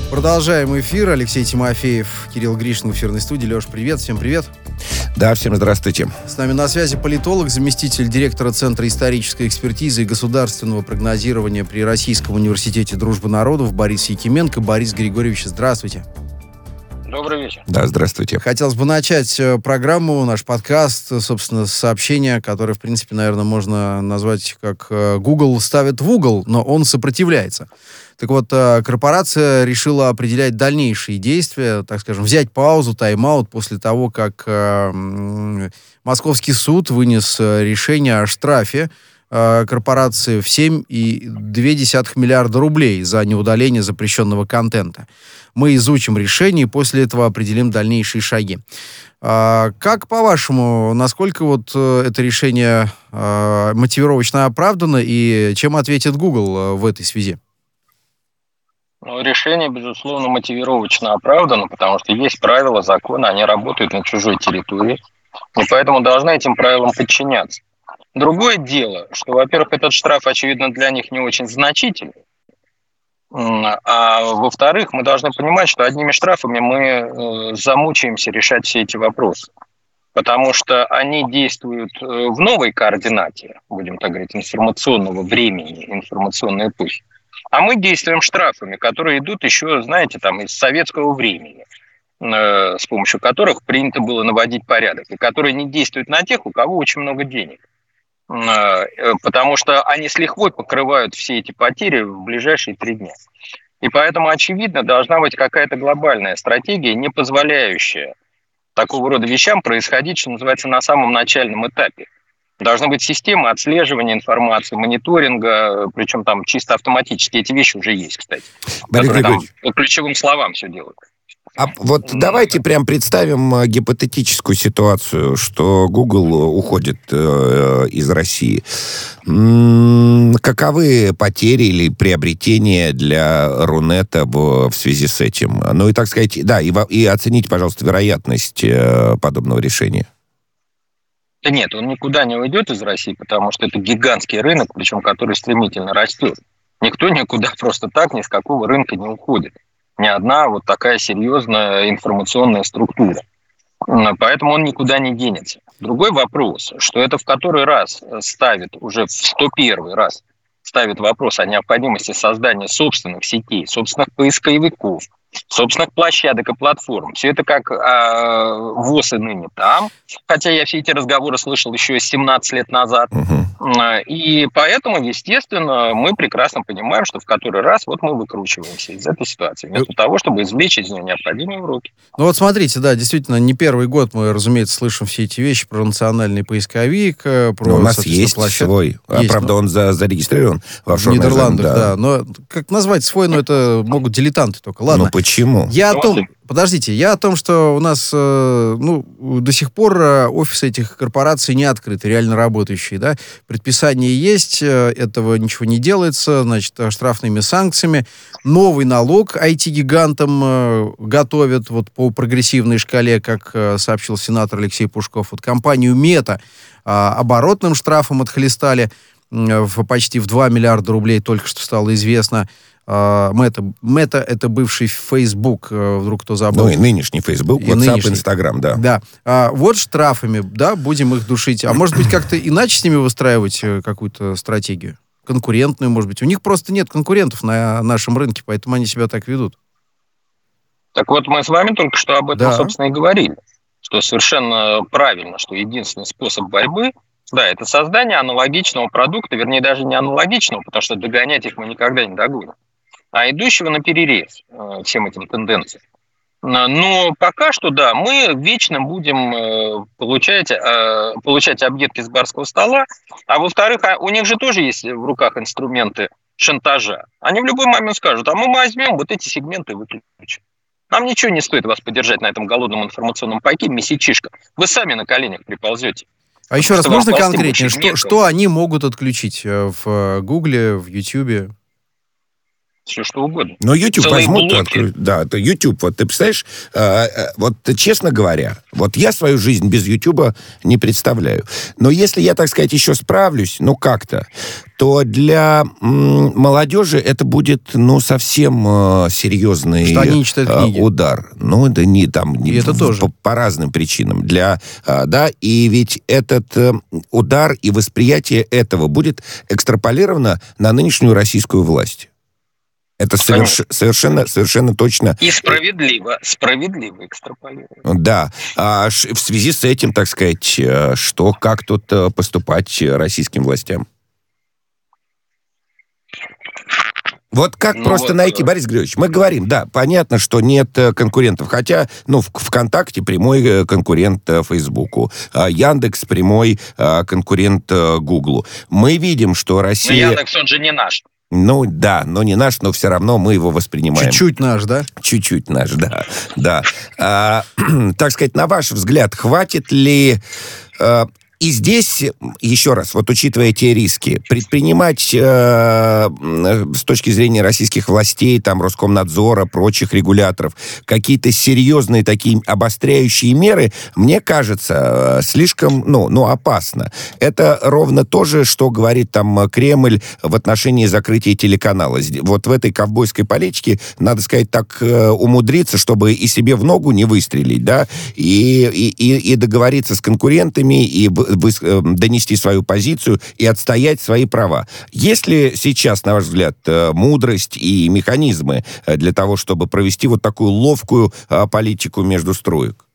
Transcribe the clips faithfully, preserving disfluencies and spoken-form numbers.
Продолжаем эфир. Алексей Тимофеев, Кирилл Гришин в эфирной студии. Леш, привет. Всем привет. Да, всем здравствуйте. С нами на связи политолог, заместитель директора Центра исторической экспертизы и государственного прогнозирования при Российском университете дружбы народов Борис Якименко. Борис Григорьевич, здравствуйте. Добрый вечер. Да, здравствуйте. Хотелось бы начать программу, наш подкаст, собственно, с сообщения, которое, в принципе, наверное, можно назвать как «Google ставит в угол, но он сопротивляется». Так вот, корпорация решила определять дальнейшие действия, так скажем, взять паузу, тайм-аут после того, как э, Московский суд вынес решение о штрафе э, корпорации в семь целых две десятых миллиарда рублей за неудаление запрещенного контента. Мы изучим решение и после этого определим дальнейшие шаги. А, как, по-вашему, насколько вот это решение а, мотивировочно оправдано и чем ответит Google в этой связи? Ну, решение, безусловно, мотивировочно оправдано, потому что есть правила, законы, они работают на чужой территории, и поэтому должны этим правилам подчиняться. Другое дело, что, во-первых, этот штраф, очевидно, для них не очень значительный, а во-вторых, мы должны понимать, что одними штрафами мы замучаемся решать все эти вопросы, потому что они действуют в новой координате, будем так говорить, информационного времени, информационной эпохи, а мы действуем штрафами, которые идут еще, знаете, там, из советского времени, с помощью которых принято было наводить порядок, и которые не действуют на тех, у кого очень много денег. Потому что они с лихвой покрывают все эти потери в ближайшие три дня. И поэтому, очевидно, должна быть какая-то глобальная стратегия, не позволяющая такого рода вещам происходить, что называется, на самом начальном этапе. Должна быть система отслеживания информации, мониторинга, причем там чисто автоматически. Эти вещи уже есть, кстати. Борис которые Григорьевич, там по ключевым словам все делают. А вот давайте прям представим гипотетическую ситуацию, что Google уходит э, из России. М-м, каковы потери или приобретения для Рунета в, в связи с этим? Ну и, так сказать, да, и, и оцените, пожалуйста, вероятность э, подобного решения. Да нет, он никуда не уйдет из России, потому что это гигантский рынок, причем который стремительно растет. Никто никуда просто так ни с какого рынка не уходит. Ни одна вот такая серьезная информационная структура. Поэтому он никуда не денется. Другой вопрос, что это в который раз ставит, уже в сто первый раз ставит вопрос о необходимости создания собственных сетей, собственных поисковиков, собственных площадок и платформ. Все это как э, ВОС и ныне там, хотя я все эти разговоры слышал еще семнадцать лет назад. Угу. И поэтому, естественно, мы прекрасно понимаем, что в который раз вот мы выкручиваемся из этой ситуации, вместо того, чтобы извлечь из нее необходимые уроки. Ну вот смотрите, да, действительно, не первый год мы, разумеется, слышим все эти вещи про национальный поисковик, про... Но у нас есть площадку. свой, есть, а, правда, но... он за, зарегистрирован в, в Нидерландах, да. да. Но как назвать свой, ну это могут дилетанты только. Ладно. Ну почему? Я о том, подождите, я о том, что у нас э, ну, до сих пор э, офисы этих корпораций не открыты, реально работающие, да. Предписание есть, э, этого ничего не делается, значит, штрафными санкциями. Новый налог ай ти-гигантам э, готовят вот по прогрессивной шкале, как э, сообщил сенатор Алексей Пушков. Вот компанию Мета э, оборотным штрафом отхлестали э, в, почти в два миллиарда рублей, только что стало известно. Мета, Мета это бывший Facebook, вдруг кто забыл. Ну и нынешний Facebook, и WhatsApp, нынешний. Instagram, да. Да. А, вот штрафами, да, будем их душить. А может быть, как-то иначе с ними выстраивать какую-то стратегию? Конкурентную, может быть. У них просто нет конкурентов на нашем рынке, поэтому они себя так ведут. Так вот, мы с вами только что об этом, да. собственно, и говорили. Что совершенно правильно, что единственный способ борьбы, да, это создание аналогичного продукта, вернее, даже не аналогичного, потому что догонять их мы никогда не догоним, а идущего на перерез э, всем этим тенденциям. Но пока что, да, мы вечно будем э, получать, э, получать объедки с барского стола, а во-вторых, у них же тоже есть в руках инструменты шантажа. Они в любой момент скажут, а мы возьмем вот эти сегменты и выключим. Нам ничего не стоит вас поддержать на этом голодном информационном пайке, месячишка. Вы сами на коленях приползете. А еще раз, можно конкретнее, что, что они могут отключить в Гугле, в Ютьюбе? все что угодно. Но YouTube Целые возьмут, блоки. откроют. Да, это YouTube. Вот ты представляешь, э, э, вот честно говоря, вот я свою жизнь без YouTube не представляю. Но если я, так сказать, еще справлюсь, ну как-то, то для м, молодежи это будет, ну, совсем э, серьезный Что они не читают э, книги. удар. Ну, да не там... Не, И это в- тоже. По, по разным причинам. Для, э, да, и ведь этот э, удар и восприятие этого будет экстраполировано на нынешнюю российскую власть. Это соверш... совершенно, совершенно точно. И справедливо, справедливо экстраполировать. Да. А ш- в связи с этим, так сказать, э, что, как тут э, поступать э, российским властям? Вот как Ну просто вот, найти, э, Борис Григорьевич, мы говорим, да, понятно, что нет э, конкурентов, хотя, ну, в- ВКонтакте прямой э, конкурент э, Фейсбуку, а Яндекс прямой э, конкурент э, Гуглу. Мы видим, что Но Россия... Яндекс, он же не наш. Ну, да, но не наш, но все равно мы его воспринимаем. Чуть-чуть наш, да? Чуть-чуть наш, да. да. А, так сказать, на ваш взгляд, хватит ли... э, и здесь, еще раз, вот учитывая те риски, предпринимать э, с точки зрения российских властей, там, Роскомнадзора, прочих регуляторов, какие-то серьезные такие обостряющие меры, мне кажется, э, слишком, ну, ну, опасно. Это ровно то же, что говорит там Кремль в отношении закрытия телеканала. Зд- Вот в этой ковбойской политике, надо сказать, так э, умудриться, чтобы и себе в ногу не выстрелить, да, и, и, и, и договориться с конкурентами, и вы- выс- э, донести свою позицию, и отстоять свои права. Есть ли сейчас, на ваш взгляд, э, мудрость и механизмы э, для того, чтобы провести вот такую ловкую э, политику между строек?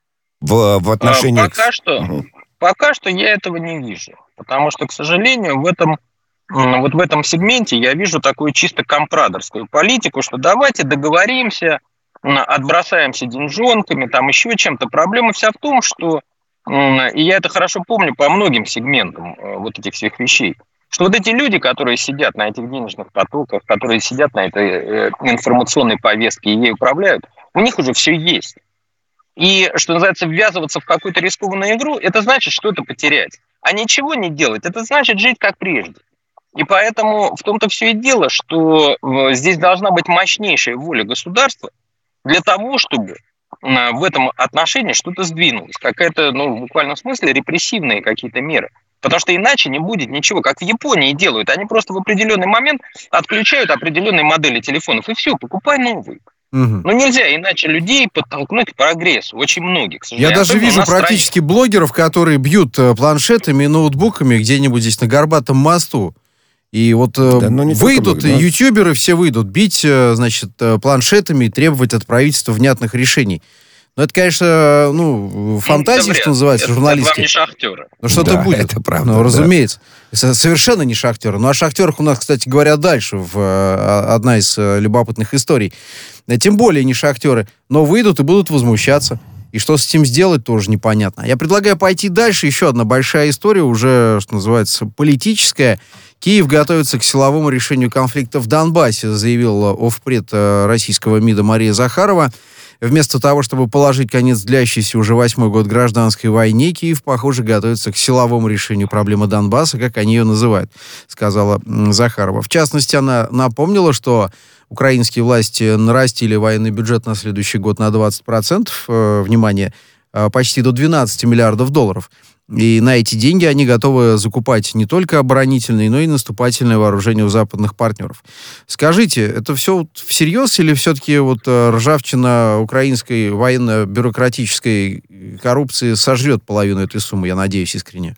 В, в отношении... А, Пока что, Мгм. пока что я этого не вижу. Потому что, к сожалению, в этом, м, вот в этом сегменте я вижу такую чисто компрадорскую политику, что давайте договоримся, м, отбросаемся деньжонками, там еще чем-то. Проблема вся в том, что, м, и я это хорошо помню по многим сегментам э, вот этих всех вещей, что вот эти люди, которые сидят на этих денежных потоках, которые сидят на этой э, информационной повестке и ей управляют, у них уже все есть. И, что называется, ввязываться в какую-то рискованную игру, это значит что-то потерять. А ничего не делать, это значит жить как прежде. И поэтому в том-то все и дело, что э, здесь должна быть мощнейшая воля государства для того, чтобы э, в этом отношении что-то сдвинулось. Какая-то, ну, в буквальном смысле, репрессивные какие-то меры. Потому что иначе не будет ничего. Как в Японии делают. Они просто в определенный момент отключают определенные модели телефонов. И все, покупай новые. Мгм. Ну, нельзя иначе людей подтолкнуть к прогрессу. Очень многих, к сожалению. Я даже Особенно у вижу нас в стране. практически блогеров, которые бьют э, планшетами и ноутбуками где-нибудь здесь на Горбатом мосту. И вот э, Да, ну, не только выйдут, блогеры, и да. ютуберы все выйдут бить, э, значит, э, планшетами и требовать от правительства внятных решений. Но это, конечно, ну, фантазии, Ну, это что называется, вряд ли. Это- это вам журналистские. не шахтеры. Но что-то Да, будет. это правда, Ну, да. разумеется. С- Совершенно не шахтеры. Ну, о шахтерах у нас, кстати говоря, дальше в, э, одна из э, любопытных историй. Э, Тем более не шахтеры. Но выйдут и будут возмущаться. И что с этим сделать, тоже непонятно. Я предлагаю пойти дальше. Еще одна большая история, уже, что называется, политическая. Киев готовится к силовому решению конфликта в Донбассе, заявил овпред э, российского МИДа Мария Захарова. Вместо того, чтобы положить конец длящейся уже восьмой год гражданской войне, Киев, похоже, готовится к силовому решению проблемы Донбасса, как они ее называют, сказала м, Захарова. В частности, она напомнила, что украинские власти нарастили военный бюджет на следующий год на двадцать процентов, э, внимание, э, почти до двенадцати миллиардов долларов. И на эти деньги они готовы закупать не только оборонительные, но и наступательное вооружение у западных партнеров. Скажите, это все вот всерьез или все-таки вот э, ржавчина украинской военно-бюрократической коррупции сожрет половину этой суммы, я надеюсь, искренне?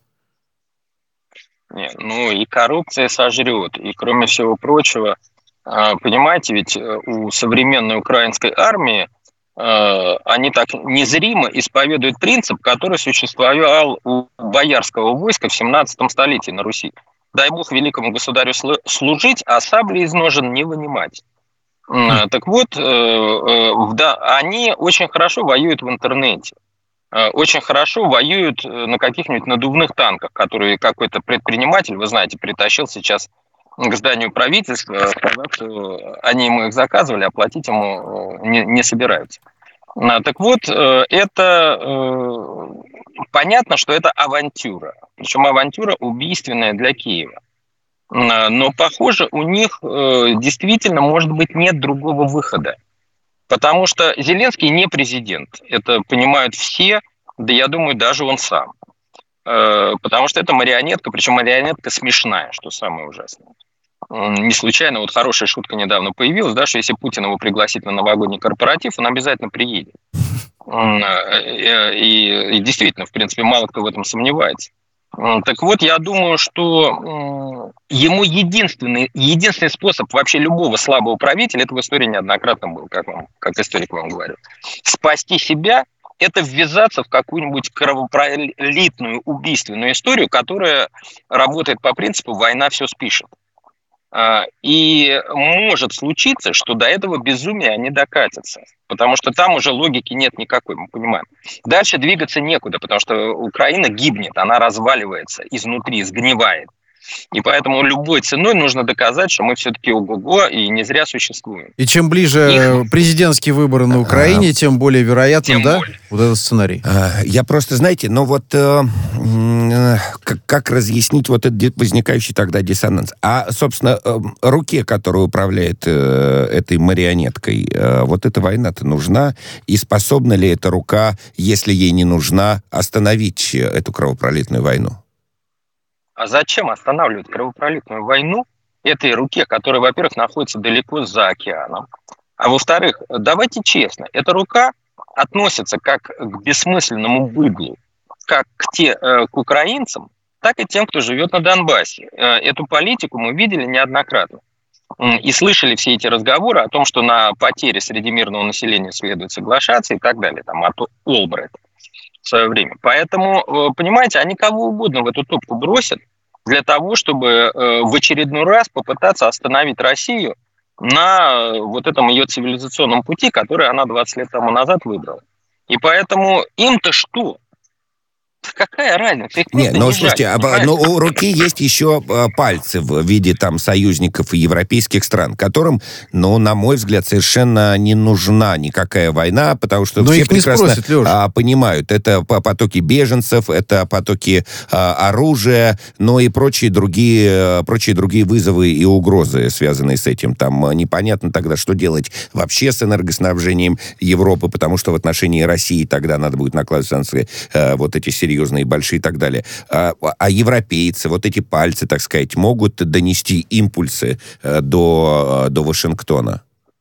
Не, ну и коррупция сожрет. И кроме всего прочего, а, понимаете, ведь э, у современной украинской армии э, они так незримо исповедуют принцип, который существовал у боярского войска в семнадцатом столетии на Руси. Дай бог великому государю слу- служить, а сабли из ножен не вынимать. М, Так вот, э, э, в да- они очень хорошо воюют в интернете. Э, Очень хорошо воюют э, на каких-нибудь надувных танках, которые какой-то предприниматель, вы знаете, притащил сейчас к зданию правительства, сказав, что они ему их заказывали, а платить ему э, не, не собираются. А, Так вот, э, это э, понятно, что это авантюра. Причем авантюра убийственная для Киева. Но, похоже, у них действительно, может быть, нет другого выхода. Потому что Зеленский не президент. Это понимают все, да я думаю, даже он сам. Потому что это марионетка, причем марионетка смешная, что самое ужасное. Не случайно, вот хорошая шутка недавно появилась, да, что если Путин его пригласит на новогодний корпоратив, он обязательно приедет. И, и действительно, в принципе, мало кто в этом сомневается. Так вот, я думаю, что ему единственный, единственный способ вообще любого слабого правителя, это в истории неоднократно был, как, вам, как историк вам говорил, спасти себя, это ввязаться в какую-нибудь кровопролитную, убийственную историю, которая работает по принципу «война все спишет». И может случиться, что до этого безумия они докатятся, потому что там уже логики нет никакой, мы понимаем. Дальше двигаться некуда, потому что Украина гибнет, она разваливается изнутри, сгнивает. И поэтому любой ценой нужно доказать, что мы все-таки ого-го и не зря существуем. И чем ближе Их... президентские выборы на Украине, а, тем более вероятным, да, более. Вот этот сценарий. Я просто, знаете, ну вот э, э, как, как разъяснить вот этот возникающий тогда диссонанс? А, собственно, э, руке, которая управляет э, этой марионеткой, э, вот эта война-то нужна? И способна ли эта рука, если ей не нужна, остановить эту кровопролитную войну? А зачем останавливать кровопролитную войну этой руке, которая, во-первых, находится далеко за океаном, а во-вторых, давайте честно, эта рука относится как к бессмысленному быдлу, как к, те, к украинцам, так и тем, кто живет на Донбассе. Эту политику мы видели неоднократно. И слышали все эти разговоры о том, что на потери среди мирного населения следует соглашаться и так далее, там, от Олбрайта в свое время. Поэтому, понимаете, они кого угодно в эту топку бросят для того, чтобы в очередной раз попытаться остановить Россию на вот этом ее цивилизационном пути, который она двадцать лет тому назад выбрала. И поэтому им-то что? Какая разница? Их Нет, но не слушайте, жаль, а, но у руки есть еще а, пальцы в виде там союзников и европейских стран, которым, ну, на мой взгляд, совершенно не нужна никакая война, потому что но все прекрасно спросят, а, понимают, это потоки беженцев, это потоки а, оружия, но и прочие другие, прочие другие вызовы и угрозы, связанные с этим. Там непонятно тогда, что делать вообще с энергоснабжением Европы, потому что в отношении России тогда надо будет накладывать санкции а, вот эти серьезные серьезные, большие и так далее. А, а европейцы, вот эти пальцы, так сказать, могут донести импульсы э, до, до Вашингтона?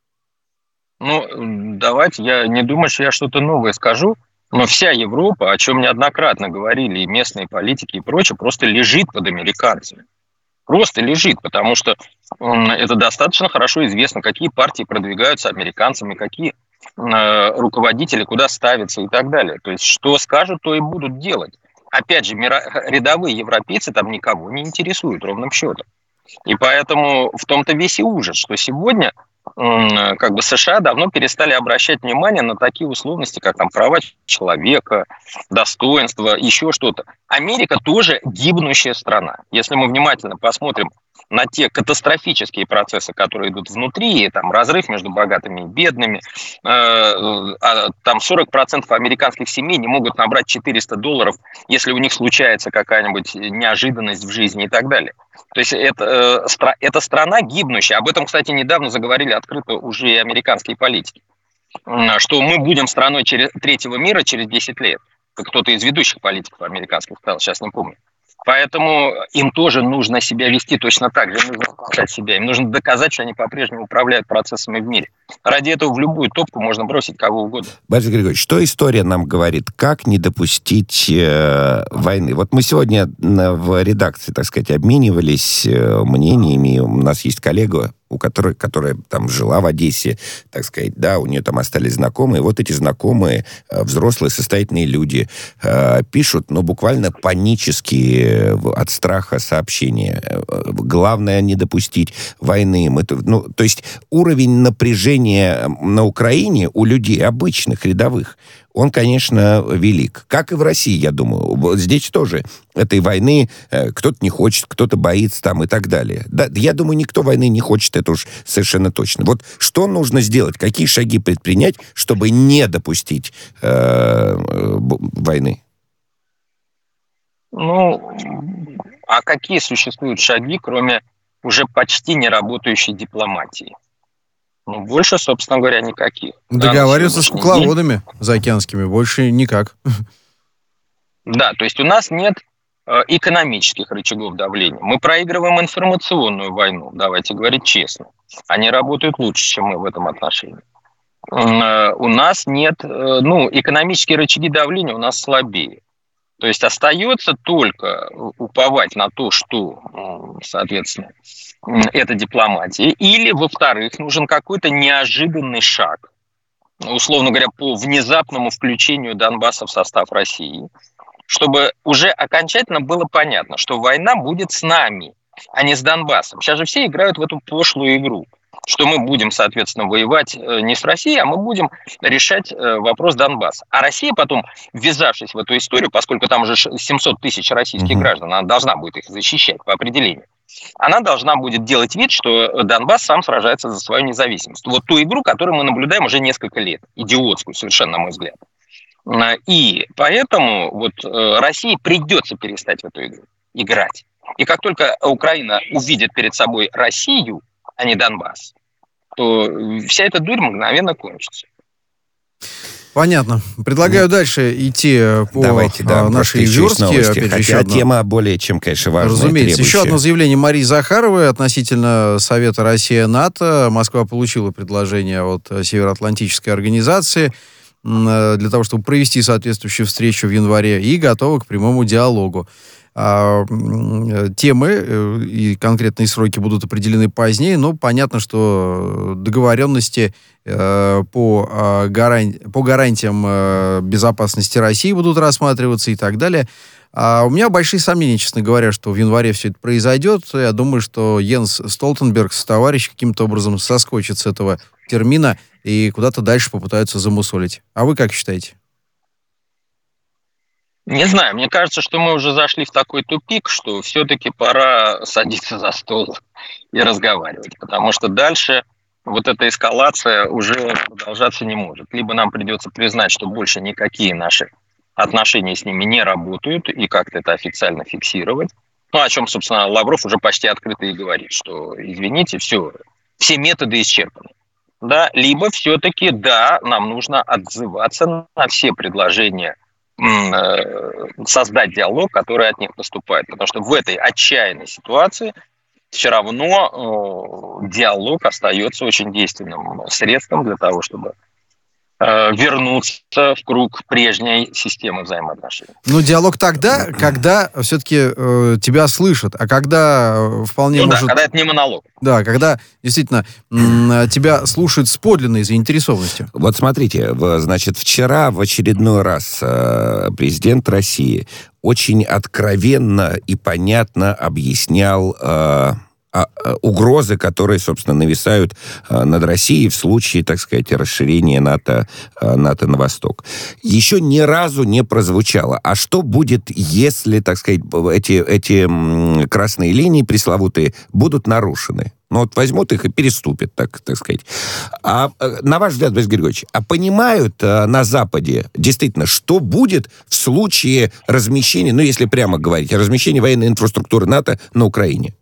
Ну, давайте, я не думаю, что я что-то новое скажу, но вся Европа, о чем неоднократно говорили и местные политики и прочее, просто лежит под американцами. Просто лежит, потому что э, это достаточно хорошо известно, какие партии продвигаются американцами, какие руководители куда ставятся и так далее. То есть, что скажут, то и будут делать. Опять же, мира... рядовые европейцы там никого не интересуют ровным счетом. И поэтому в том-то весь и ужас, что сегодня как бы США давно перестали обращать внимание на такие условности, как там права человека, достоинство, еще что-то. Америка тоже гибнущая страна. Если мы внимательно посмотрим на те катастрофические процессы, которые идут внутри, там разрыв между богатыми и бедными, э, там сорок процентов американских семей не могут набрать четыреста долларов, если у них случается какая-нибудь неожиданность в жизни и так далее. То есть это, э, стра- это страна гибнущая. Об этом, кстати, недавно заговорили открыто уже и американские политики, что мы будем страной через, третьего мира через десять лет. Как кто-то из ведущих политиков американских сказал, сейчас не помню. Поэтому им тоже нужно себя вести точно так же, нужно показать себя, им нужно доказать, что они по-прежнему управляют процессами в мире. Ради этого в любую топку можно бросить кого угодно. Борис Григорьевич, что история нам говорит? Как не допустить э, войны? Вот мы сегодня в редакции, так сказать, обменивались э, мнениями. У нас есть коллега, у которой, которая там жила в Одессе, так сказать, да, у нее там остались знакомые. Вот эти знакомые, взрослые, состоятельные люди э, пишут, ну, буквально панические от страха сообщения. Главное не допустить войны. Мы, ну, то есть уровень напряжения на Украине у людей обычных, рядовых, он, конечно, велик. Как и в России, я думаю. Здесь тоже этой войны э, кто-то не хочет, кто-то боится там и так далее. Да, я думаю, никто войны не хочет, это уж совершенно точно. Вот что нужно сделать, какие шаги предпринять, чтобы не допустить э, э, войны? Ну, а какие существуют шаги, кроме уже почти не работающей дипломатии. Ну, больше, собственно говоря, никаких. Договариваться с кукловодами заокеанскими больше никак. Да, то есть у нас нет экономических рычагов давления. Мы проигрываем информационную войну, давайте говорить честно. Они работают лучше, чем мы в этом отношении. У нас нет, ну, экономические рычаги давления у нас слабее. То есть остается только уповать на то, что, соответственно, это дипломатия. Или, во-вторых, нужен какой-то неожиданный шаг, условно говоря, по внезапному включению Донбасса в состав России, чтобы уже окончательно было понятно, что война будет с нами, а не с Донбассом. Сейчас же все играют в эту пошлую игру, что мы будем, соответственно, воевать не с Россией, а мы будем решать вопрос Донбасса. А Россия потом, ввязавшись в эту историю, поскольку там уже семьсот тысяч российских mm-hmm. граждан, она должна будет их защищать по определению, она должна будет делать вид, что Донбасс сам сражается за свою независимость. Вот ту игру, которую мы наблюдаем уже несколько лет, идиотскую совершенно, на мой взгляд. И поэтому вот России придется перестать в эту игру играть. И как только Украина увидит перед собой Россию, а не Донбасс, то вся эта дурь мгновенно кончится. Понятно. Предлагаю дальше идти по Давайте, да, нашей верстке. Хотя еще одно... тема более чем, конечно, важная. Разумеется. Требующая. Еще одно заявление Марии Захаровой относительно Совета Россия-НАТО. Москва получила предложение от Североатлантической организации для того, чтобы провести соответствующую встречу в январе, и готова к прямому диалогу. Темы и конкретные сроки будут определены позднее, но понятно, что договоренности по, гаран... по гарантиям безопасности России будут рассматриваться и так далее. А у меня большие сомнения, честно говоря, что в январе все это произойдет. Я думаю, что Йенс Столтенберг с товарищем каким-то образом соскочит с этого термина и куда-то дальше попытаются замусолить. А вы как считаете? Не знаю, мне кажется, что мы уже зашли в такой тупик, что все-таки пора садиться за стол и разговаривать, потому что дальше вот эта эскалация уже продолжаться не может. Либо нам придется признать, что больше никакие наши отношения с ними не работают, и как-то это официально фиксировать. Ну, о чем, собственно, Лавров уже почти открыто и говорит, что, извините, все, все методы исчерпаны. Да? Либо все-таки, да, нам нужно отзываться на все предложения, создать диалог, который от них поступает. Потому что в этой отчаянной ситуации все равно э, диалог остается очень действенным средством для того, чтобы э, вернуться в круг прежней системы взаимоотношений. Ну, диалог тогда, когда все-таки э, тебя слышат, а когда вполне ну, может... да, когда это не монолог. Да, когда действительно м- тебя слушают с подлинной заинтересованностью. Вот смотрите, значит, вчера в очередной раз э, президент России очень откровенно и понятно объяснял э, угрозы, которые, собственно, нависают над Россией в случае, так сказать, расширения НАТО, НАТО на восток. Еще ни разу не прозвучало. А что будет, если, так сказать, эти, эти красные линии пресловутые будут нарушены? Ну, вот возьмут их и переступят, так, так сказать. А на ваш взгляд, Борис Григорьевич, а понимают а, на Западе действительно, что будет в случае размещения, ну, если прямо говорить, размещения военной инфраструктуры НАТО на Украине?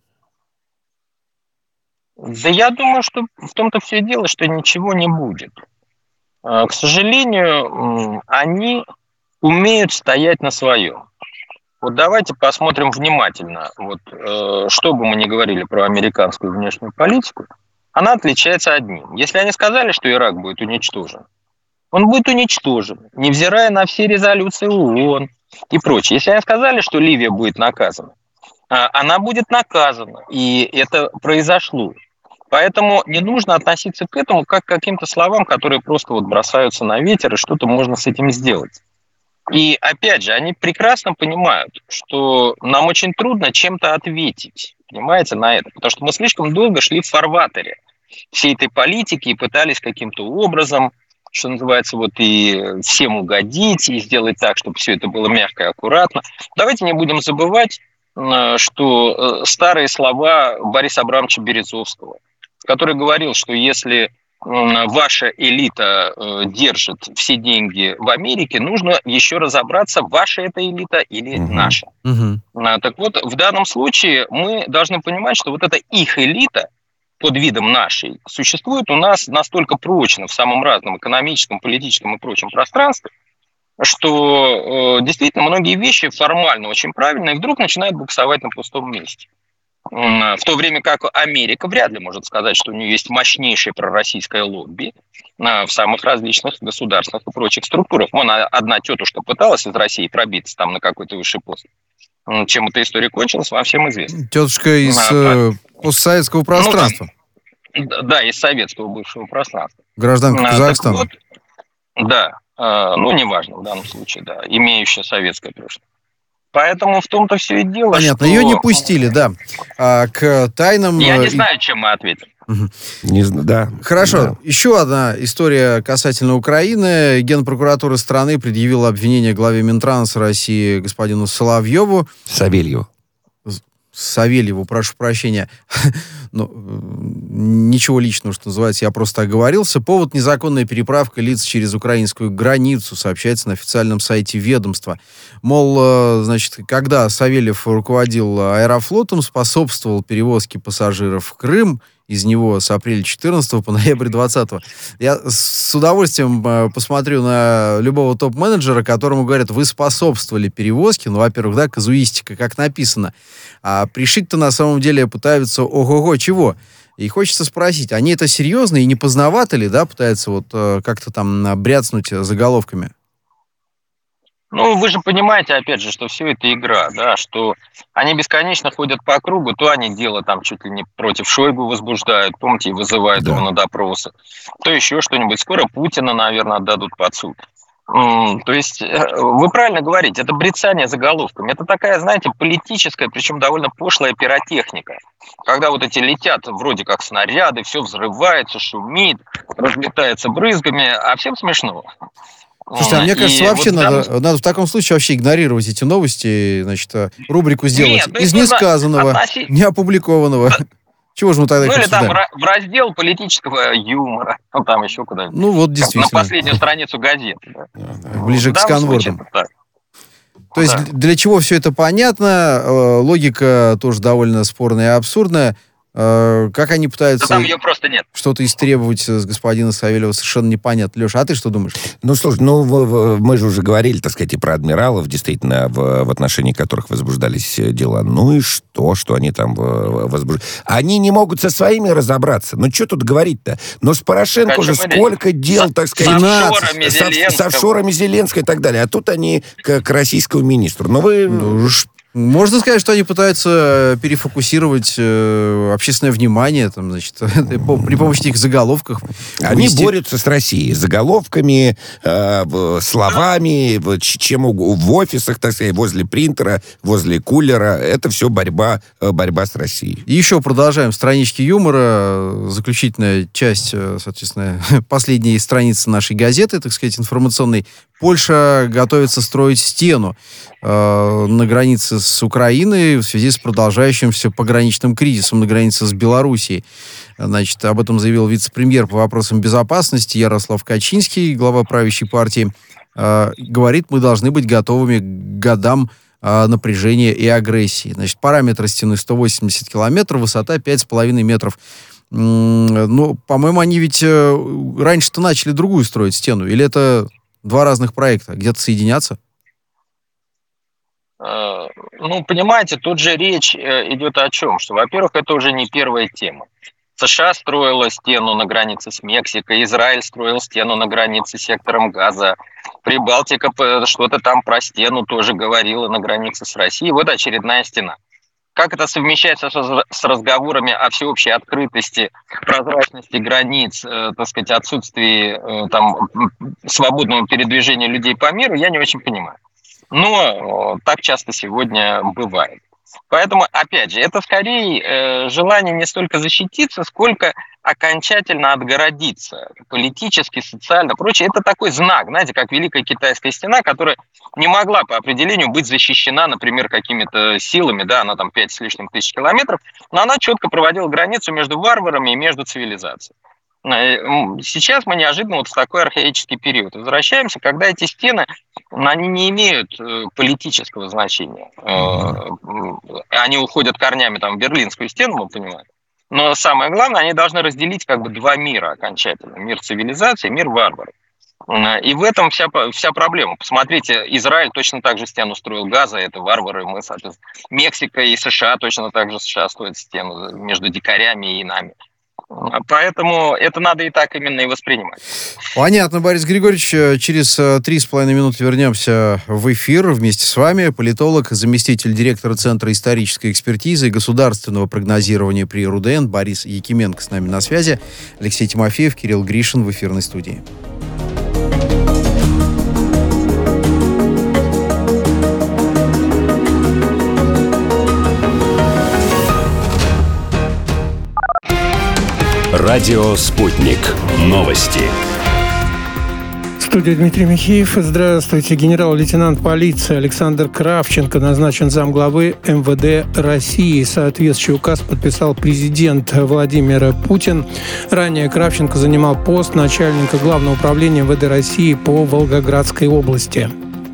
Да я думаю, что в том-то все дело, что ничего не будет. К сожалению, они умеют стоять на своем. Вот давайте посмотрим внимательно. Вот, э, что бы мы ни говорили про американскую внешнюю политику, она отличается одним. Если они сказали, что Ирак будет уничтожен, он будет уничтожен, невзирая на все резолюции ООН и прочее. Если они сказали, что Ливия будет наказана, она будет наказана, и это произошло. Поэтому не нужно относиться к этому как к каким-то словам, которые просто вот бросаются на ветер, и что-то можно с этим сделать. И опять же, они прекрасно понимают, что нам очень трудно чем-то ответить, понимаете, на это. Потому что мы слишком долго шли в фарватере всей этой политики и пытались каким-то образом, что называется, вот и всем угодить, и сделать так, чтобы все это было мягко и аккуратно. Давайте не будем забывать, что старые слова Бориса Абрамовича Березовского, который говорил, что если ваша элита держит все деньги в Америке, нужно еще разобраться, ваша это элита или Угу. наша. Угу. Так вот, в данном случае мы должны понимать, что вот эта их элита под видом нашей существует у нас настолько прочно в самом разном экономическом, политическом и прочем пространстве, что э, действительно многие вещи формально очень правильные вдруг начинают буксовать на пустом месте. В то время как Америка вряд ли может сказать, что у нее есть мощнейшее пророссийское лобби в самых различных государственных и прочих структурах. Вон одна тетушка пыталась из России пробиться там на какой-то высший пост. Чем эта история кончилась, вам всем известно. Тетушка из э, постсоветского пространства. Ну, да, да, из советского бывшего пространства. Гражданка Казахстана. Вот, да, э, ну, неважно в данном случае, да, имеющая советское прошлое. Поэтому в том-то все и дело, понятно, что... ее не пустили, да, а, к тайнам... Я не знаю, чем мы ответим. Угу. Не знаю, да. Хорошо. Да. Еще одна история касательно Украины. Генпрокуратура страны предъявила обвинение главе Минтранса России господину Соловьеву. Савельеву. Савельеву, прошу прощения. Ну, ничего личного, что называется, я просто оговорился. Повод — незаконная переправка лиц через украинскую границу, сообщается на официальном сайте ведомства. Мол, значит, когда Савельев руководил Аэрофлотом, способствовал перевозке пассажиров в Крым, из него с апреля четырнадцатого по ноябрь двадцатого. Я с удовольствием посмотрю на любого топ-менеджера, которому говорят, вы способствовали перевозке. Ну, во-первых, да, казуистика, как написано. А пришить-то на самом деле пытаются ого-го чего. И хочется спросить, они это серьезно и не поздновато ли, да, пытаются вот как-то там бряцнуть заголовками? Ну, вы же понимаете, опять же, что все это игра, да, что они бесконечно ходят по кругу, то они дело там чуть ли не против Шойгу возбуждают, помните, и вызывают да. его на допросы, то еще что-нибудь. Скоро Путина, наверное, отдадут под суд. То есть, вы правильно говорите, это брецание заголовками. Это такая, знаете, политическая, причем довольно пошлая пиротехника. Когда вот эти летят вроде как снаряды, все взрывается, шумит, разлетается брызгами, а всем смешно. Слушайте, а мне кажется, и вообще вот надо, там... надо в таком случае вообще игнорировать эти новости, значит, рубрику сделать Нет, из несказанного, относи... неопубликованного. Да. Чего же мы тогда Ну, их или обсуждаем? там в раздел политического юмора, ну, там еще куда-нибудь. Ну, вот действительно. На последнюю страницу газеты. Да. Ближе к сканвордам. То есть да. для чего все это понятно, логика тоже довольно спорная и абсурдная. Как они пытаются да там ее просто нет. что-то истребовать с господина Савельева, совершенно непонятно. Леша, а ты что думаешь? Ну, слушай, ну, в, в, мы же уже говорили, так сказать, и про адмиралов, действительно, в, в отношении которых возбуждались дела. Ну и что, что они там возбуждали? Они не могут со своими разобраться. Ну, что тут говорить-то? Но с Порошенко уже сколько речь? дел, с, так сказать, с офшорами с, с офшорами Зеленского и так далее. А тут они к, к российскому министру. Ну, вы... Ну, можно сказать, что они пытаются перефокусировать э, общественное внимание, там, значит, при помощи этих заголовков. Они вести... борются с Россией заголовками, э, словами, чем угодно, в офисах, так сказать, возле принтера, возле кулера. Это все борьба, борьба с Россией. И еще продолжаем странички юмора. Заключительная часть, соответственно, последней страницы нашей газеты, так сказать, информационной. Польша готовится строить стену э, на границе с Украиной в связи с продолжающимся пограничным кризисом на границе с Белоруссией. Значит, об этом заявил вице-премьер по вопросам безопасности Ярослав Качинский, глава правящей партии. Э, говорит, мы должны быть готовыми к годам э, напряжения и агрессии. Значит, параметры стены сто восемьдесят километров, высота пять с половиной метров. Ну, по-моему, они ведь э, раньше-то начали другую строить стену. Или это... Два разных проекта. Где-то соединятся? Ну, понимаете, тут же речь идет о чем? Что, во-первых, это уже не первая тема. США строила стену на границе с Мексикой, Израиль строил стену на границе с сектором Газа, Прибалтика что-то там про стену тоже говорила на границе с Россией. Вот очередная стена. Как это совмещается с разговорами о всеобщей открытости, прозрачности границ, э, так сказать, отсутствии э, там, свободного передвижения людей по миру, я не очень понимаю. Но э, так часто сегодня бывает. Поэтому, опять же, это скорее э, желание не столько защититься, сколько окончательно отгородиться политически, социально, прочее. Это такой знак, знаете, как Великая Китайская стена, которая не могла по определению быть защищена, например, какими-то силами, да, она там пять с лишним тысяч километров, но она четко проводила границу между варварами и между цивилизацией. Сейчас мы неожиданно вот в такой архаический период возвращаемся, когда эти стены, они не имеют политического значения. Они уходят корнями там, в Берлинскую стену, мы понимаем. Но самое главное, они должны разделить как бы два мира окончательно. Мир цивилизации, мир варваров. И в этом вся, вся проблема. Посмотрите, Израиль точно так же стену строил, Газа, это варвары, мы, соответственно. Мексика и США точно так же США строят стену между дикарями и нами. Поэтому это надо и так именно и воспринимать. Понятно, Борис Григорьевич. Через три с половиной минуты вернемся в эфир вместе с вами. Политолог, заместитель директора Центра исторической экспертизы и государственного прогнозирования при РУДН Борис Якименко с нами на связи. Алексей Тимофеев, Кирилл Гришин в эфирной студии. Радио «Спутник». Новости. В студии Дмитрий Михеев. Здравствуйте. Генерал-лейтенант полиции Александр Кравченко назначен замглавы эм вэ дэ России. Соответствующий указ подписал президент Владимир Путин. Ранее Кравченко занимал пост начальника Главного управления эм вэ дэ России по Волгоградской области.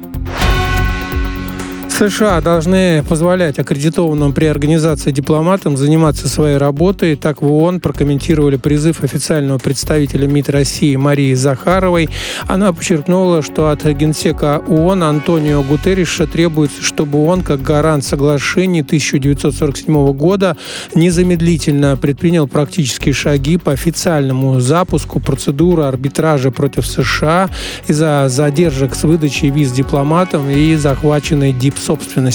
США должны позволять аккредитованным при организации дипломатам заниматься своей работой. Так в ООН прокомментировали призыв официального представителя МИД России Марии Захаровой. Она подчеркнула, что от генсека ООН Антонио Гутерриша требуется, чтобы ООН, как гарант соглашений тысяча девятьсот сорок седьмого года, незамедлительно предпринял практические шаги по официальному запуску процедуры арбитража против США из-за задержек с выдачей виз дипломатам и захваченной дипсобственности.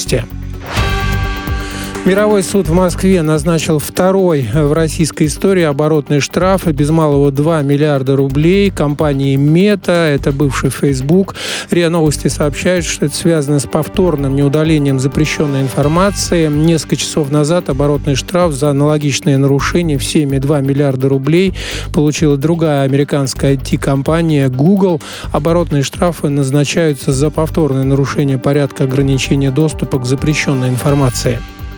Мировой суд в Москве назначил второй в российской истории оборотный штраф без малого два миллиарда рублей компании Мета, это бывший Facebook. РИА Новости сообщают, что это связано с повторным неудалением запрещенной информации. Несколько часов назад оборотный штраф за аналогичные нарушения в семь целых два десятых миллиарда рублей получила другая американская ай ти-компания Google. Оборотные штрафы назначаются за повторное нарушение порядка ограничения доступа к запрещенной информации.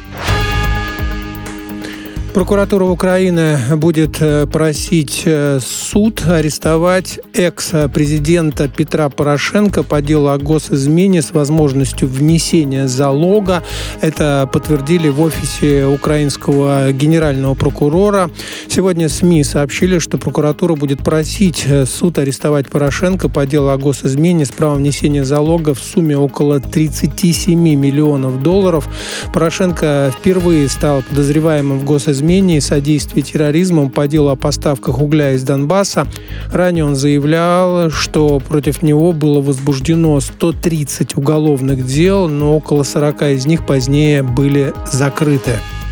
Прокуратура Украины будет просить суд арестовать экс-президента Петра Порошенко по делу о госизмене с возможностью внесения залога. Это подтвердили в офисе украинского генерального прокурора. Сегодня СМИ сообщили, что прокуратура будет просить суд арестовать Порошенко по делу о госизмене с правом внесения залога в сумме около тридцать семь миллионов долларов. Порошенко впервые стал подозреваемым в госизмене и содействии терроризму по делу о поставках угля из Донбасса. Ранее он заявлял, что против него было возбуждено сто тридцать уголовных дел, но около сорок из них позднее были закрыты.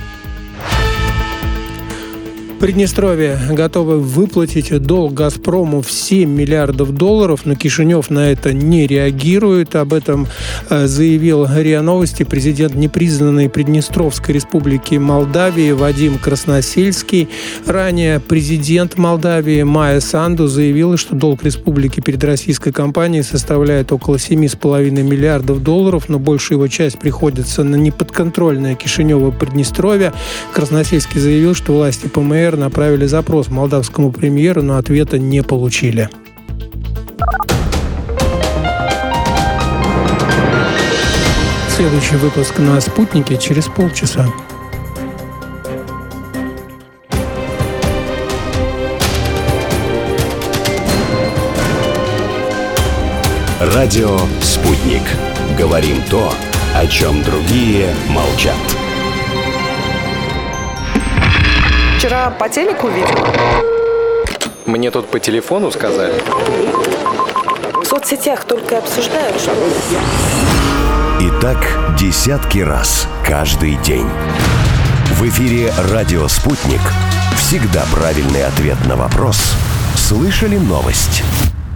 Приднестровье готовы выплатить долг «Газпрому» в семь миллиардов долларов, но Кишинев на это не реагирует. Об этом заявил РИА Новости президент непризнанной Приднестровской республики Молдавии Вадим Красносельский. Ранее президент Молдавии Майя Санду заявила, что долг республики перед российской компанией составляет около семь целых пять десятых миллиардов долларов, но большая его часть приходится на неподконтрольное Кишиневу Приднестровье. Красносельский заявил, что власти ПМР направили запрос молдавскому премьеру, но ответа не получили. Следующий выпуск на «Спутнике» через полчаса. Радио «Спутник». Говорим то, о чем другие молчат. Вчера по телеку видела. Мне тут по телефону сказали. В соцсетях только обсуждают, что... И так десятки раз каждый день. В эфире «Радио Спутник». Всегда правильный ответ на вопрос. Слышали новость?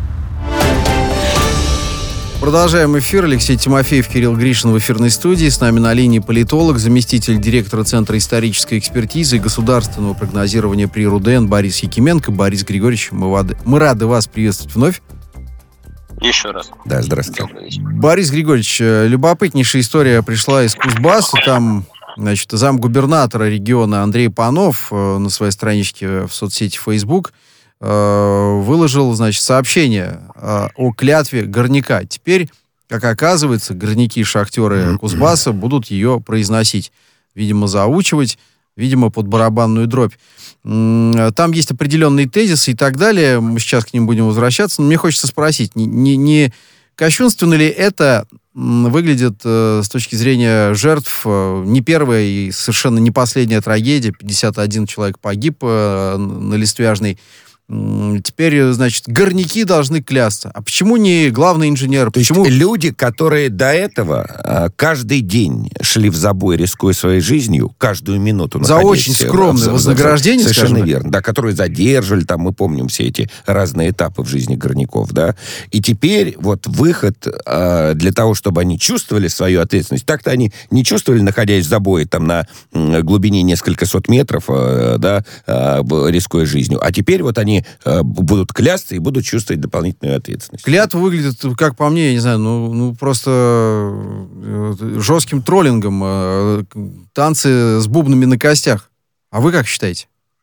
Продолжаем эфир. Алексей Тимофеев, Кирилл Гришин в эфирной студии. С нами на линии политолог, заместитель директора Центра исторической экспертизы и государственного прогнозирования при РУДН Борис Якименко. Борис Григорьевич, мы рады, мы рады вас приветствовать вновь. Еще раз. Да, здравствуйте. Борис Григорьевич, любопытнейшая история пришла из Кузбасса. Там, значит, замгубернатора региона Андрей Панов на своей страничке в соцсети Facebook выложил, значит, сообщение о клятве горняка. Теперь, как оказывается, горняки, шахтеры Кузбасса будут ее произносить. Видимо, заучивать, видимо, под барабанную дробь. Там есть определенные тезисы и так далее. Мы сейчас к ним будем возвращаться. Но мне хочется спросить, не, не, не кощунственно ли это выглядит э, с точки зрения жертв? Э, не первая и совершенно не последняя трагедия. пятьдесят один человек погиб э, на Листвяжной. Теперь, значит, горняки должны клясться. А почему не главный инженер? То почему есть люди, которые до этого каждый день шли в забой, рискуя своей жизнью, каждую минуту за очень скромное вознаграждение, совершенно верно, да, которые задерживали, там мы помним все эти разные этапы в жизни горняков, да, и теперь вот выход э, для того, чтобы они чувствовали свою ответственность. Так-то они не чувствовали, находясь в забое там на глубине несколько сот метров, э, да, э, рискуя жизнью, а теперь вот они будут клясться и будут чувствовать дополнительную ответственность. Клятва выглядит, как по мне, я не знаю, ну, ну просто жестким троллингом. Танцы с бубнами на костях. А вы как считаете?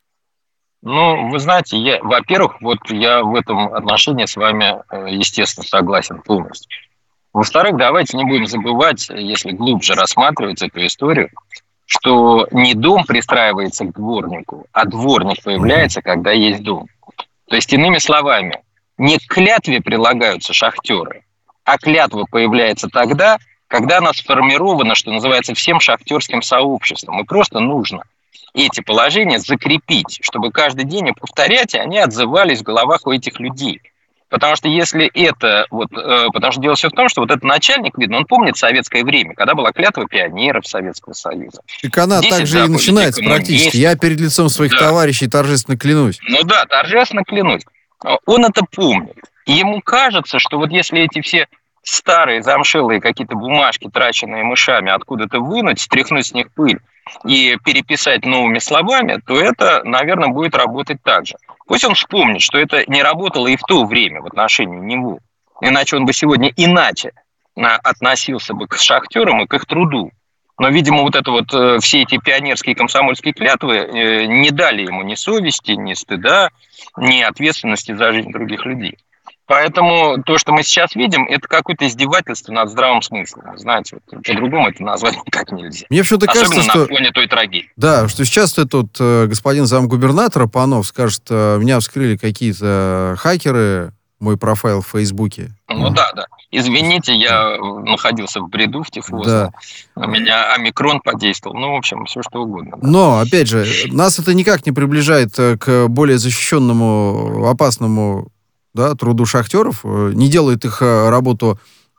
Ну, вы знаете, я, во-первых, вот я в этом отношении с вами, естественно, согласен полностью. Во-вторых, давайте не будем забывать, если глубже рассматривать эту историю, что не дом пристраивается к дворнику, а дворник появляется, когда есть дом. То есть, иными словами, не к клятве прилагаются шахтеры, а клятва появляется тогда, когда она сформирована, что называется, всем шахтерским сообществом. И просто нужно эти положения закрепить, чтобы каждый день их повторять, и они отзывались в головах у этих людей. Потому что если это, вот, э, потому что дело все в том, что вот этот начальник, видно, он помнит советское время, когда была клятва пионеров Советского Союза. Так она так же и начинается практически. Я перед лицом своих да. товарищей торжественно клянусь. Ну да, торжественно клянусь. Он это помнит. И ему кажется, что вот если эти все старые замшелые какие-то бумажки, траченные мышами, откуда-то вынуть, стряхнуть с них пыль и переписать новыми словами, то это, наверное, будет работать так же. Пусть он вспомнит, что это не работало и в то время в отношении него. Иначе он бы сегодня иначе относился бы к шахтерам и к их труду. Но, видимо, вот это вот все эти пионерские комсомольские клятвы не дали ему ни совести, ни стыда, ни ответственности за жизнь других людей. Поэтому то, что мы сейчас видим, это какое-то издевательство над здравым смыслом. Знаете, вот, по-другому это назвать никак нельзя. Мне почему-то кажется, особенно что... на фоне той трагедии. Да, что сейчас этот э, господин замгубернатора Панов скажет, э, меня вскрыли какие-то хакеры, мой профайл в Фейсбуке. Ну да, да. Извините, я находился в бреду, в тифозе. Да. На меня омикрон подействовал. Ну, в общем, все что угодно. Да. Но, опять же, нас это никак не приближает к более защищенному, опасному... Да, труду шахтеров, не делает их работу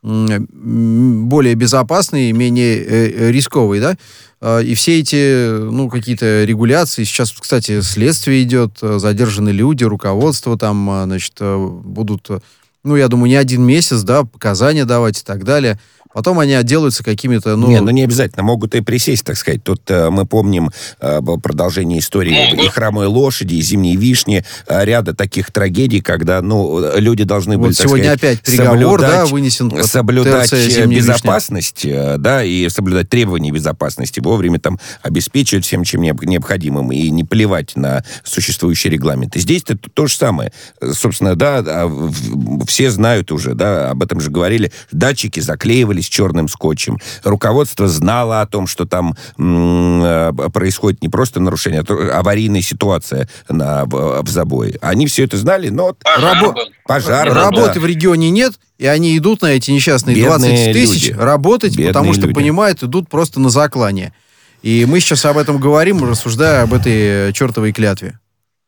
более безопасной, менее рисковой, да, и все эти, ну, какие-то регуляции, сейчас, кстати, следствие идет, задержаны люди, руководство там, значит, будут, ну, я думаю, не один месяц, да, показания давать и так далее. Потом они отделаются какими-то... Ну... Не, ну не обязательно. Могут и присесть, так сказать. Тут э, мы помним э, продолжение истории и «Хромой лошади», и «Зимней вишни», э, ряда таких трагедий, когда, ну, люди должны были, вот так сегодня сказать, опять приговор, да, вынесен. Соблюдать безопасность, э, да, и соблюдать требования безопасности, вовремя там обеспечивать всем, чем необходимым, и не плевать на существующие регламенты. Здесь это то же самое. Собственно, да, все знают уже, да, об этом же говорили, датчики заклеивались черным скотчем. Руководство знало о том, что там м- происходит не просто нарушение, а аварийная ситуация на, в, в забое. Они все это знали, но... Пожар, Рабо- пожар Работы да. в регионе нет, и они идут на эти несчастные Бедные двадцать тысяч люди. работать, Бедные потому что, люди. понимают, идут просто на заклание. И мы сейчас об этом говорим, рассуждая об этой чертовой клятве.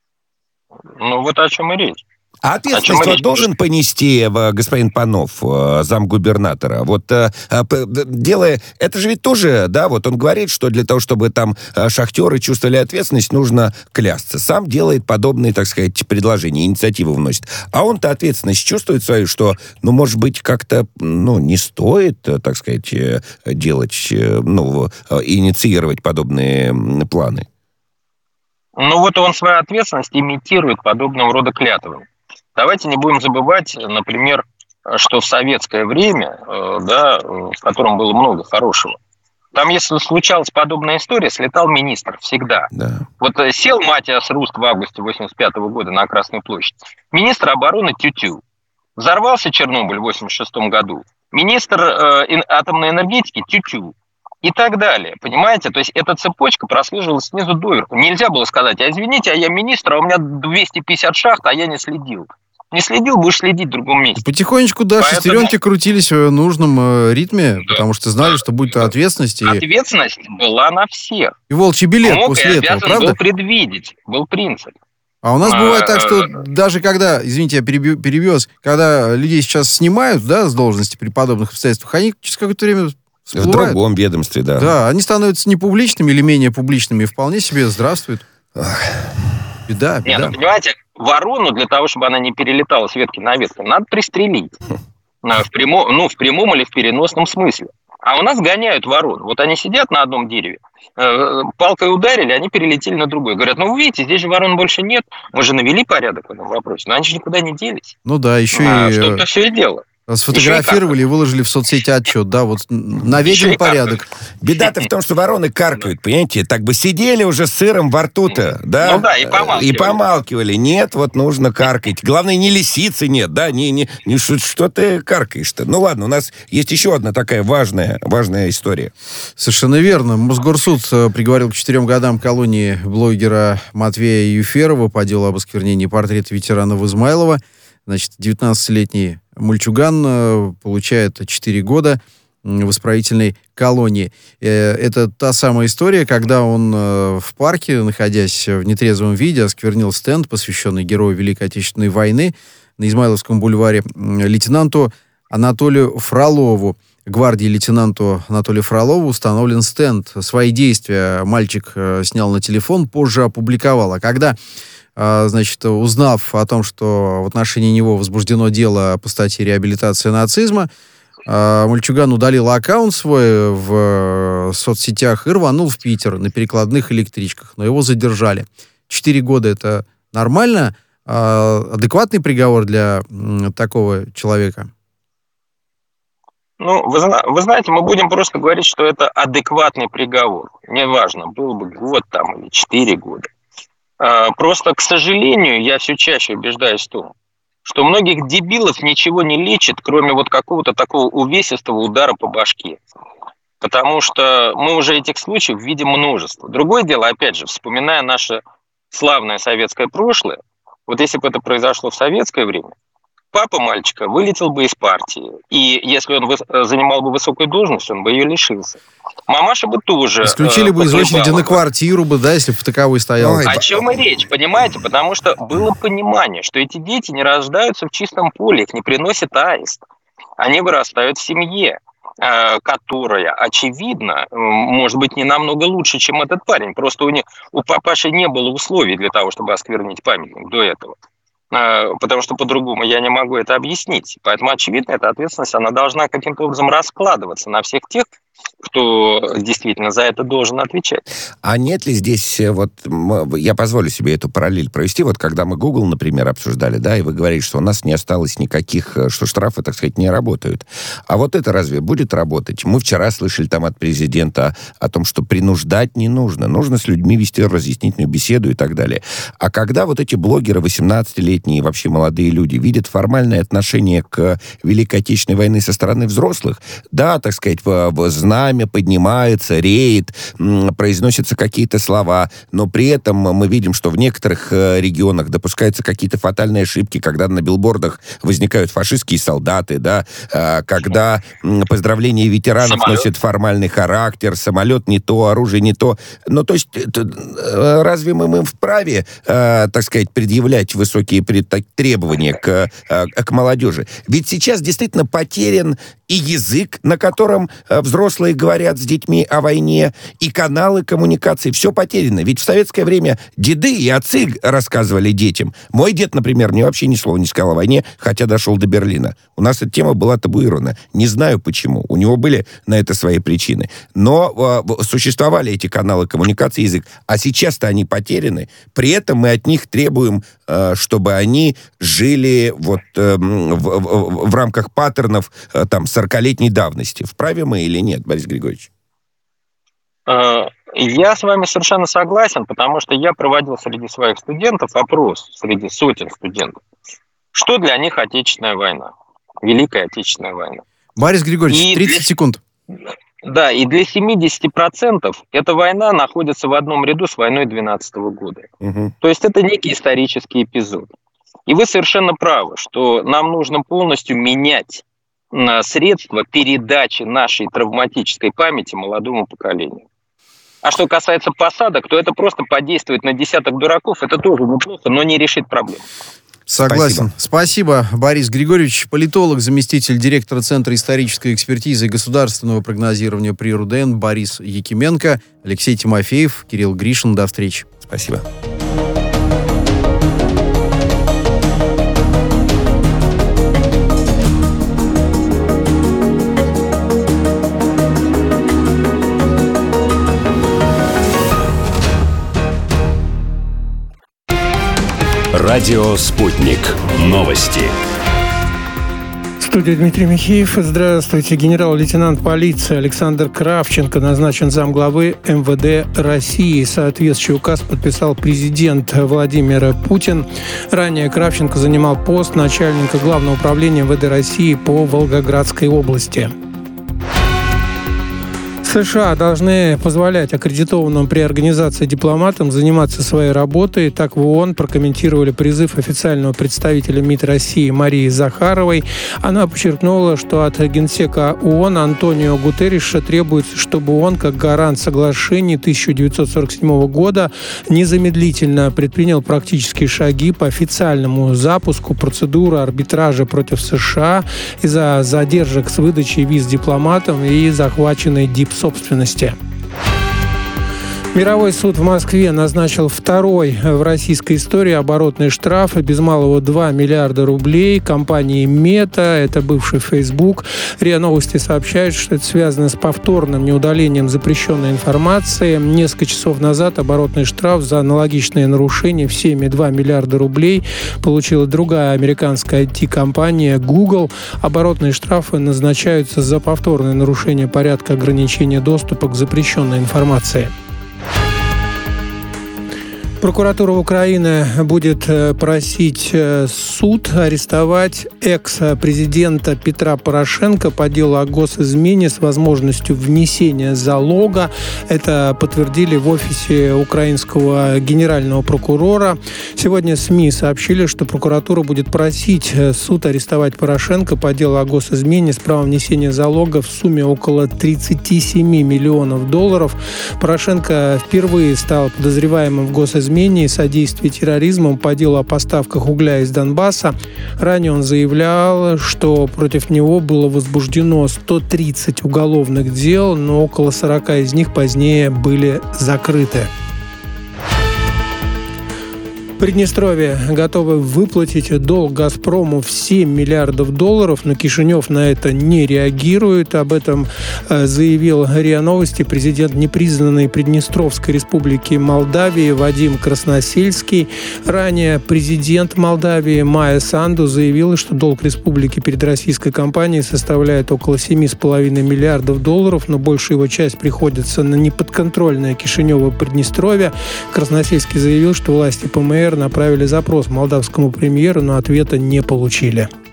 Ну, вот о чем и речь. А ответственность вот должен понести господин Панов, замгубернатора. Вот делая... Это же ведь тоже, да, вот он говорит, что для того, чтобы там шахтеры чувствовали ответственность, нужно клясться. Сам делает подобные, так сказать, предложения, инициативы вносит. А он-то ответственность чувствует свою, что, ну, может быть, как-то, ну, не стоит, так сказать, делать, ну, инициировать подобные планы. Ну, вот он свою ответственность имитирует подобного рода клятвами. Давайте не будем забывать, например, что в советское время, да, в котором было много хорошего, Там, если случалась подобная история, слетал министр всегда. Да. Вот сел Матиас Руст в августе восемьдесят пятого года на Красную площадь. Министр обороны тю-тю. Взорвался Чернобыль в восемьдесят шестом году. Министр э, атомной энергетики тю-тю. И так далее. Понимаете? То есть эта цепочка прослеживалась снизу доверху. Нельзя было сказать, а извините, а я министр, а у меня двести пятьдесят шахт, а я не следил. Не следил, будешь следить в другом месте. Потихонечку, да, Поэтому... шестеренки крутились в нужном э, ритме, да. потому что знали, что будет да. ответственность. И... Ответственность была на всех. И волчий билет Мог после и этого, правда? был предвидеть, был принцип. А у нас а, бывает так, что а, даже когда, извините, я перебью, перебьюсь, когда людей сейчас снимают, да, с должности при подобных обстоятельствах, они через какое-то время всплывают. В другом ведомстве, да. Да, они становятся непубличными или менее публичными, и вполне себе здравствуют. Ах. Беда, беда. Нет, ну, понимаете, ворону для того, чтобы она не перелетала с ветки на ветку, надо пристрелить. В прямом, ну, в прямом или в переносном смысле. А у нас гоняют ворон. Вот они сидят на одном дереве, э, палкой ударили, они перелетели на другой. Говорят, ну, вы видите, здесь же ворон больше нет. Мы же навели порядок в этом вопросе. Но они же никуда не делись. Ну да, еще а, и... Что-то все и дело. Сфотографировали и выложили в соцсети отчет, да, вот наведен порядок. Беда-то в том, что вороны каркают, понимаете, так бы сидели уже с сыром во рту-то, да? Ну да, и помалкивали. И помалкивали. Нет, вот нужно каркать. Главное, не лисицы нет, да, не, не, не что, что ты каркаешь-то. Ну ладно, у нас есть еще одна такая важная, важная история. Совершенно верно. Мосгорсуд приговорил к четырем годам колонии блогера Матвея Юферова по делу об осквернении портрета ветерана Измайлова. Значит, девятнадцатилетний мальчуган получает четыре года в исправительной колонии. Это та самая история, когда он в парке, находясь в нетрезвом виде, осквернил стенд, посвященный герою Великой Отечественной войны, на Измайловском бульваре лейтенанту Анатолию Фролову. Гвардии лейтенанту Анатолию Фролову установлен стенд. Свои действия мальчик снял на телефон, позже опубликовал. А когда... Значит, узнав о том, что в отношении него возбуждено дело по статье «Реабилитация нацизма», мальчуган удалил аккаунт свой в соцсетях и рванул в Питер на перекладных электричках, но его задержали. Четыре года — это нормально? Адекватный приговор для такого человека? Ну, вы, вы знаете, мы будем просто говорить, что это адекватный приговор. Неважно, был бы год там или четыре года. Просто, к сожалению, я все чаще убеждаюсь в том, что многих дебилов ничего не лечит, кроме вот какого-то такого увесистого удара по башке. Потому что мы уже этих случаев видим множество. Другое дело, опять же, вспоминая наше славное советское прошлое, вот если бы это произошло в советское время, папа мальчика вылетел бы из партии. И если он занимал бы высокую должность, он бы ее лишился. Мамаша бы тоже... Исключили э, бы из очереди на квартиру бы, да, если бы таковой стоял. Ой, о чем и речь, понимаете? Потому что было понимание, что эти дети не рождаются в чистом поле, их не приносит аист. Они вырастают в семье, э, которая, очевидно, может быть, не намного лучше, чем этот парень. Просто у, не, у папаши не было условий для того, чтобы осквернить памятник до этого. Потому что по-другому я не могу это объяснить. Поэтому, очевидно, эта ответственность, она должна каким-то образом раскладываться на всех тех, кто действительно за это должен отвечать. А нет ли здесь, вот, я позволю себе эту параллель провести, вот когда мы Google, например, обсуждали, да, и вы говорите, что у нас не осталось никаких, что штрафы, так сказать, не работают. А вот это разве будет работать? Мы вчера слышали там от президента о том, что принуждать не нужно. Нужно с людьми вести разъяснительную беседу и так далее. А когда вот эти блогеры, восемнадцатилетние, вообще молодые люди, видят формальное отношение к Великой Отечественной войне со стороны взрослых, да, так сказать, в, в знамя поднимается, реет, произносятся какие-то слова, но при этом мы видим, что в некоторых регионах допускаются какие-то фатальные ошибки, когда на билбордах возникают фашистские солдаты, да, когда поздравления ветеранов самолет. Носят формальный характер, самолет не то, оружие не то. Ну, то есть, разве мы, мы вправе, так сказать, предъявлять высокие требования к, к молодежи? Ведь сейчас действительно потерян и язык, на котором взрослые говорят с детьми о войне, и каналы коммуникации. Все потеряно. Ведь в советское время деды и отцы рассказывали детям. Мой дед, например, мне вообще ни слова не сказал о войне, хотя дошел до Берлина. У нас эта тема была табуирована. Не знаю почему. У него были на это свои причины. Но э, существовали эти каналы коммуникации, язык. А сейчас-то они потеряны. При этом мы от них требуем, э, чтобы они жили вот э, в, в, в рамках паттернов э, там сорокалетней давности. Вправе мы или нет, Борис Григорьевич? Я с вами совершенно согласен, потому что я проводил среди своих студентов опрос, среди сотен студентов, что для них Отечественная война, Великая Отечественная война. Борис Григорьевич, и тридцать для... секунд. Да, и для семьдесят процентов эта война находится в одном ряду с войной двенадцатого года. Угу. То есть это некий исторический эпизод. И вы совершенно правы, что нам нужно полностью менять средства передачи нашей травматической памяти молодому поколению. А что касается посадок, то это просто подействует на десяток дураков. Это тоже неплохо, но не решит проблему. Согласен. Спасибо. Спасибо, Борис Григорьевич, политолог, заместитель директора Центра исторической экспертизы и государственного прогнозирования при РУДН Борис Якименко, Алексей Тимофеев, Кирилл Гришин. До встречи. Спасибо. Радио «Спутник». Новости. В студии Дмитрий Михеев. Здравствуйте. Генерал-лейтенант полиции Александр Кравченко назначен замглавы эм вэ дэ России. Соответствующий указ подписал президент Владимир Путин. Ранее Кравченко занимал пост начальника Главного управления эм вэ дэ России по Волгоградской области. США должны позволять аккредитованным при организации дипломатам заниматься своей работой. Так в ООН прокомментировали призыв официального представителя МИД России Марии Захаровой. Она подчеркнула, что от генсека ООН Антонио Гутерриша требуется, чтобы он, как гарант соглашений тысяча девятьсот сорок седьмого года, незамедлительно предпринял практические шаги по официальному запуску процедуры арбитража против США из-за задержек с выдачей виз дипломатам и захваченной дипсобственности. Мировой суд в Москве назначил второй в российской истории оборотный штраф без малого два миллиарда рублей компании Мета, это бывший Facebook. РИА Новости сообщают, что это связано с повторным неудалением запрещенной информации. Несколько часов назад оборотный штраф за аналогичные нарушения в семь целых два миллиарда рублей получила другая американская ай ти-компания Google. Оборотные штрафы назначаются за повторное нарушение порядка ограничения доступа к запрещенной информации. Прокуратура Украины будет просить суд арестовать экс-президента Петра Порошенко по делу о госизмене с возможностью внесения залога. Это подтвердили в офисе украинского генерального прокурора. Сегодня СМИ сообщили, что прокуратура будет просить суд арестовать Порошенко по делу о госизмене с правом внесения залога в сумме около тридцать семь миллионов долларов. Порошенко впервые стал подозреваемым в госизмене и содействии терроризму по делу о поставках угля из Донбасса. Ранее он заявлял, что против него было возбуждено сто тридцать уголовных дел, но около сорок из них позднее были закрыты. Приднестровье готовы выплатить долг «Газпрому» в семь миллиардов долларов, но Кишинев на это не реагирует. Об этом заявил РИА Новости президент непризнанной Приднестровской республики Молдавии Вадим Красносельский. Ранее президент Молдавии Майя Санду заявила, что долг республики перед российской компанией составляет около семь целых пять десятых миллиардов долларов, но большая его часть приходится на неподконтрольное Кишиневу Приднестровье. Красносельский заявил, что власти ПМР направили запрос молдавскому премьеру, но ответа не получили.